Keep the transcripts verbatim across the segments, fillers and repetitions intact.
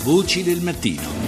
Voci del mattino.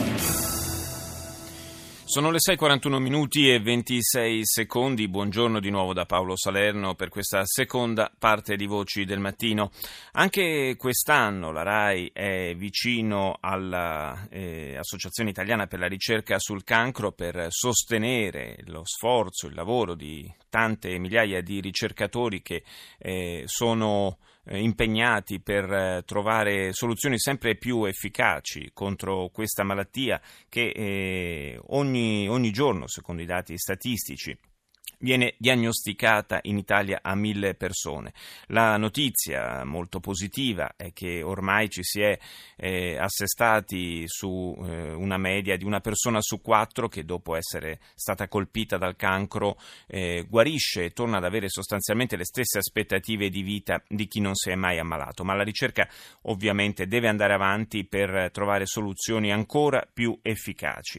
Sono le sei e quarantuno minuti e ventisei secondi. Buongiorno di nuovo da Paolo Salerno per questa seconda parte di Voci del Mattino. Anche quest'anno la RAI è vicino all'Associazione eh, Italiana per la Ricerca sul Cancro per sostenere lo sforzo, il lavoro di tante migliaia di ricercatori che eh, sono impegnati per trovare soluzioni sempre più efficaci contro questa malattia che eh, ogni, ogni giorno, secondo i dati statistici, viene diagnosticata in Italia a mille persone. La notizia molto positiva è che ormai ci si è eh, assestati su eh, una media di una persona su quattro che dopo essere stata colpita dal cancro eh, guarisce e torna ad avere sostanzialmente le stesse aspettative di vita di chi non si è mai ammalato. Ma la ricerca ovviamente deve andare avanti per trovare soluzioni ancora più efficaci.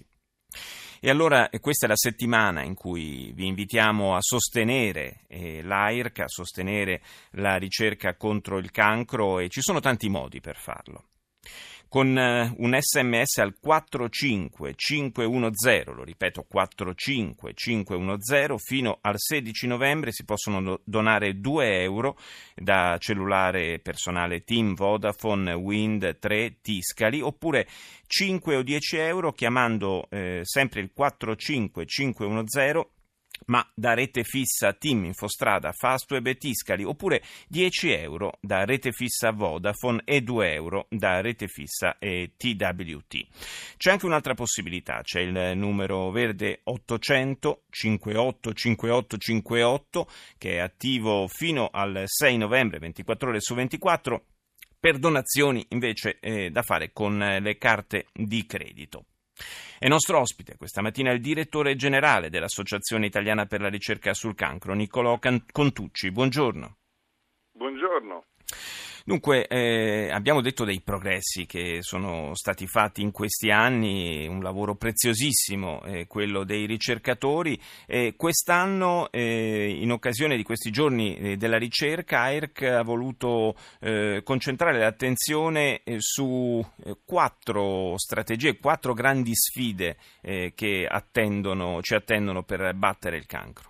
E allora questa è la settimana in cui vi invitiamo a sostenere eh, l'A I R C, a sostenere la ricerca contro il cancro, e ci sono tanti modi per farlo. Con eh, un sms al quattro cinque cinque uno zero, lo ripeto quattro cinque cinque uno zero, fino al sedici novembre si possono do- donare due euro da cellulare personale TIM, Vodafone, Wind, tre, Tiscali, oppure cinque o dieci euro chiamando eh, sempre il quattro cinque cinque uno zero, ma da rete fissa TIM, Infostrada, Fastweb e Tiscali, oppure dieci euro da rete fissa Vodafone e due euro da rete fissa e T W T. C'è anche un'altra possibilità, c'è il numero verde ottocento cinquantotto cinquantotto cinquantotto che è attivo fino al sei novembre, ventiquattro ore su ventiquattro, per donazioni invece eh, da fare con le carte di credito. È nostro ospite questa mattina il direttore generale dell'Associazione Italiana per la Ricerca sul Cancro, Niccolò Contucci. Buongiorno. Buongiorno. Dunque, eh, abbiamo detto dei progressi che sono stati fatti in questi anni, un lavoro preziosissimo, eh, quello dei ricercatori. Eh, quest'anno, eh, in occasione di questi giorni eh, della ricerca, A I R C ha voluto eh, concentrare l'attenzione eh, su eh, quattro strategie, quattro grandi sfide eh, che attendono, ci attendono per battere il cancro.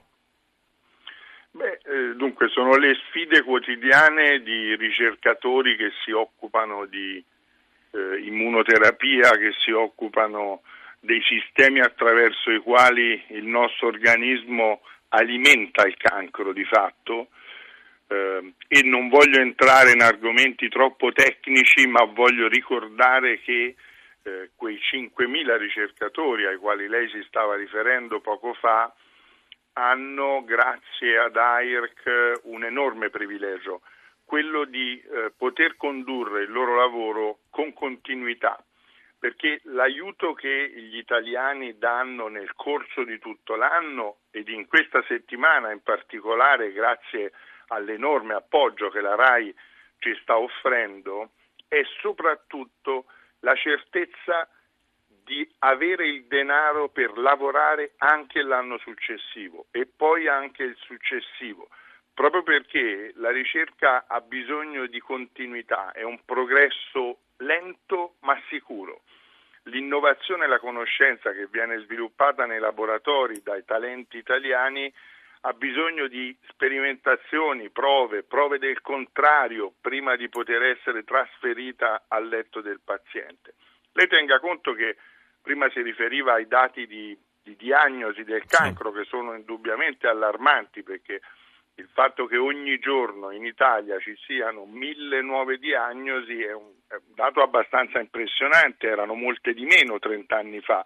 Beh, eh, dunque sono le sfide quotidiane di ricercatori che si occupano di eh, immunoterapia, che si occupano dei sistemi attraverso i quali il nostro organismo alimenta il cancro di fatto, eh, e non voglio entrare in argomenti troppo tecnici, ma voglio ricordare che eh, quei cinquemila ricercatori ai quali lei si stava riferendo poco fa hanno, grazie ad A I R C, un enorme privilegio, quello di eh, poter condurre il loro lavoro con continuità, perché l'aiuto che gli italiani danno nel corso di tutto l'anno ed in questa settimana in particolare, grazie all'enorme appoggio che la RAI ci sta offrendo, è soprattutto la certezza di avere il denaro per lavorare anche l'anno successivo e poi anche il successivo, proprio perché la ricerca ha bisogno di continuità, è un progresso lento ma sicuro. L'innovazione e la conoscenza che viene sviluppata nei laboratori dai talenti italiani ha bisogno di sperimentazioni, prove, prove del contrario prima di poter essere trasferita al letto del paziente. Lei tenga conto che prima si riferiva ai dati di, di diagnosi del cancro, che sono indubbiamente allarmanti, perché il fatto che ogni giorno in Italia ci siano mille nuove diagnosi è un, è un dato abbastanza impressionante, erano molte di meno trent'anni fa.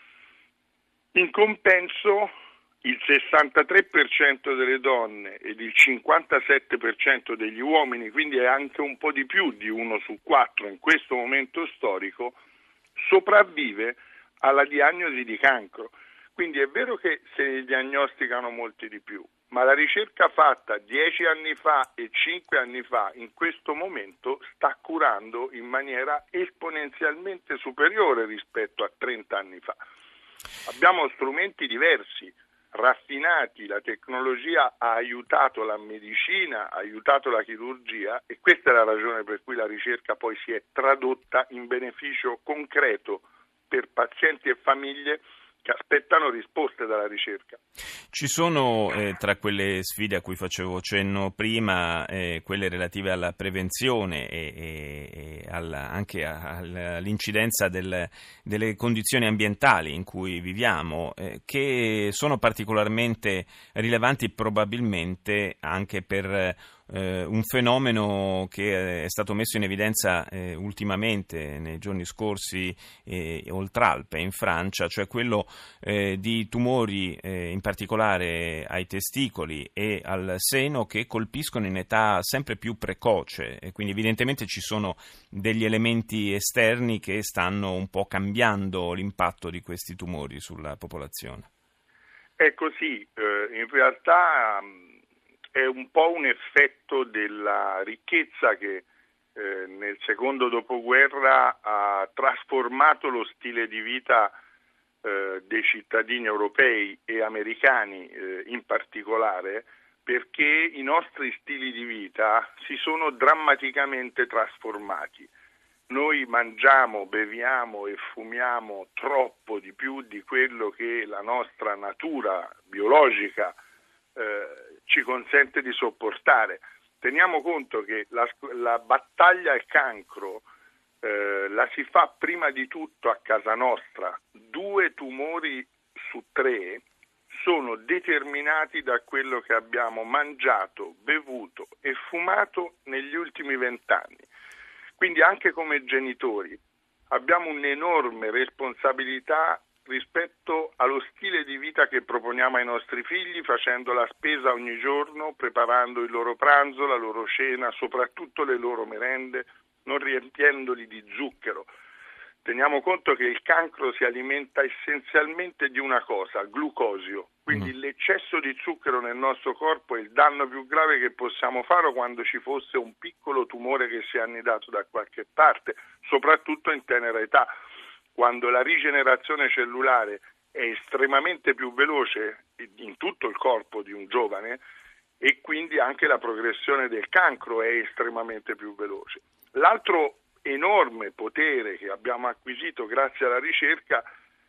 In compenso il sessantatré per cento delle donne ed il cinquantasette per cento degli uomini, quindi è anche un po' di più di uno su quattro in questo momento storico, sopravvive alla diagnosi di cancro. Quindi è vero che se ne diagnosticano molti di più, ma la ricerca fatta dieci anni fa e cinque anni fa in questo momento sta curando in maniera esponenzialmente superiore rispetto a trenta anni fa. Abbiamo strumenti diversi, raffinati, la tecnologia ha aiutato la medicina, ha aiutato la chirurgia, e questa è la ragione per cui la ricerca poi si è tradotta in beneficio concreto per pazienti e famiglie che aspettano risposte dalla ricerca. Ci sono eh, tra quelle sfide a cui facevo cenno prima, eh, quelle relative alla prevenzione e, e, e alla, anche a, all'incidenza del, delle condizioni ambientali in cui viviamo, eh, che sono particolarmente rilevanti probabilmente anche per eh, un fenomeno che è stato messo in evidenza eh, ultimamente nei giorni scorsi eh, oltralpe in Francia, cioè quello eh, di tumori eh, in particolare ai testicoli e al seno che colpiscono in età sempre più precoce, e quindi evidentemente ci sono degli elementi esterni che stanno un po' cambiando l'impatto di questi tumori sulla popolazione. È così, eh, in realtà è un po' un effetto della ricchezza che eh, nel secondo dopoguerra ha trasformato lo stile di vita eh, dei cittadini europei e americani eh, in particolare, perché i nostri stili di vita si sono drammaticamente trasformati. Noi mangiamo, beviamo e fumiamo troppo di più di quello che la nostra natura biologica eh, ci consente di sopportare. Teniamo conto che la, la battaglia al cancro eh, la si fa prima di tutto a casa nostra. Due tumori su tre sono determinati da quello che abbiamo mangiato, bevuto e fumato negli ultimi vent'anni. Quindi anche come genitori abbiamo un'enorme responsabilità rispetto allo stile di vita che proponiamo ai nostri figli, facendo la spesa ogni giorno, preparando il loro pranzo, la loro cena, soprattutto le loro merende, non riempiendoli di zucchero. Teniamo conto che il cancro si alimenta essenzialmente di una cosa, glucosio, quindi mm. l'eccesso di zucchero nel nostro corpo è il danno più grave che possiamo fare quando ci fosse un piccolo tumore che si è annidato da qualche parte, soprattutto in tenera età. Quando la rigenerazione cellulare è estremamente più veloce in tutto il corpo di un giovane, e quindi anche la progressione del cancro è estremamente più veloce. L'altro enorme potere che abbiamo acquisito grazie alla ricerca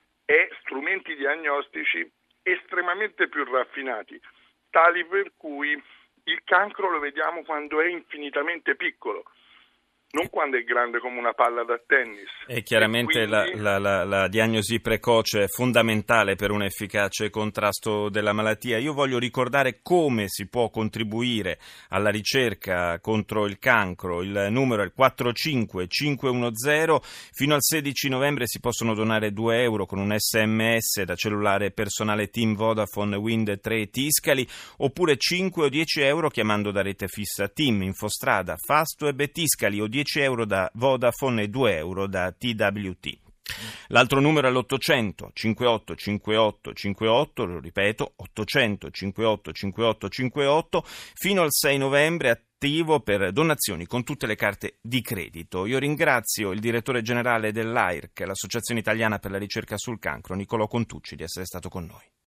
è strumenti diagnostici estremamente più raffinati, tali per cui il cancro lo vediamo quando è infinitamente piccolo, non quando è grande come una palla da tennis. E chiaramente e quindi... la, la, la, la diagnosi precoce è fondamentale per un efficace contrasto della malattia. Io voglio ricordare come si può contribuire alla ricerca contro il cancro. Il numero è il quattro cinque cinque uno zero. Fino al sedici novembre si possono donare due euro con un sms da cellulare personale Team Vodafone Wind tre Tiscali, oppure cinque o dieci euro chiamando da rete fissa Team Infostrada, Fastweb e Tiscali, o dieci euro da Vodafone e due euro da T W T. L'altro numero è l'ottocento cinquantotto cinquantotto cinquantotto, lo ripeto, ottocento cinquantotto cinquantotto cinquantotto, fino al sei novembre attivo per donazioni con tutte le carte di credito. Io ringrazio il direttore generale dell'A I R C, l'Associazione Italiana per la Ricerca sul Cancro, Niccolò Contucci, di essere stato con noi.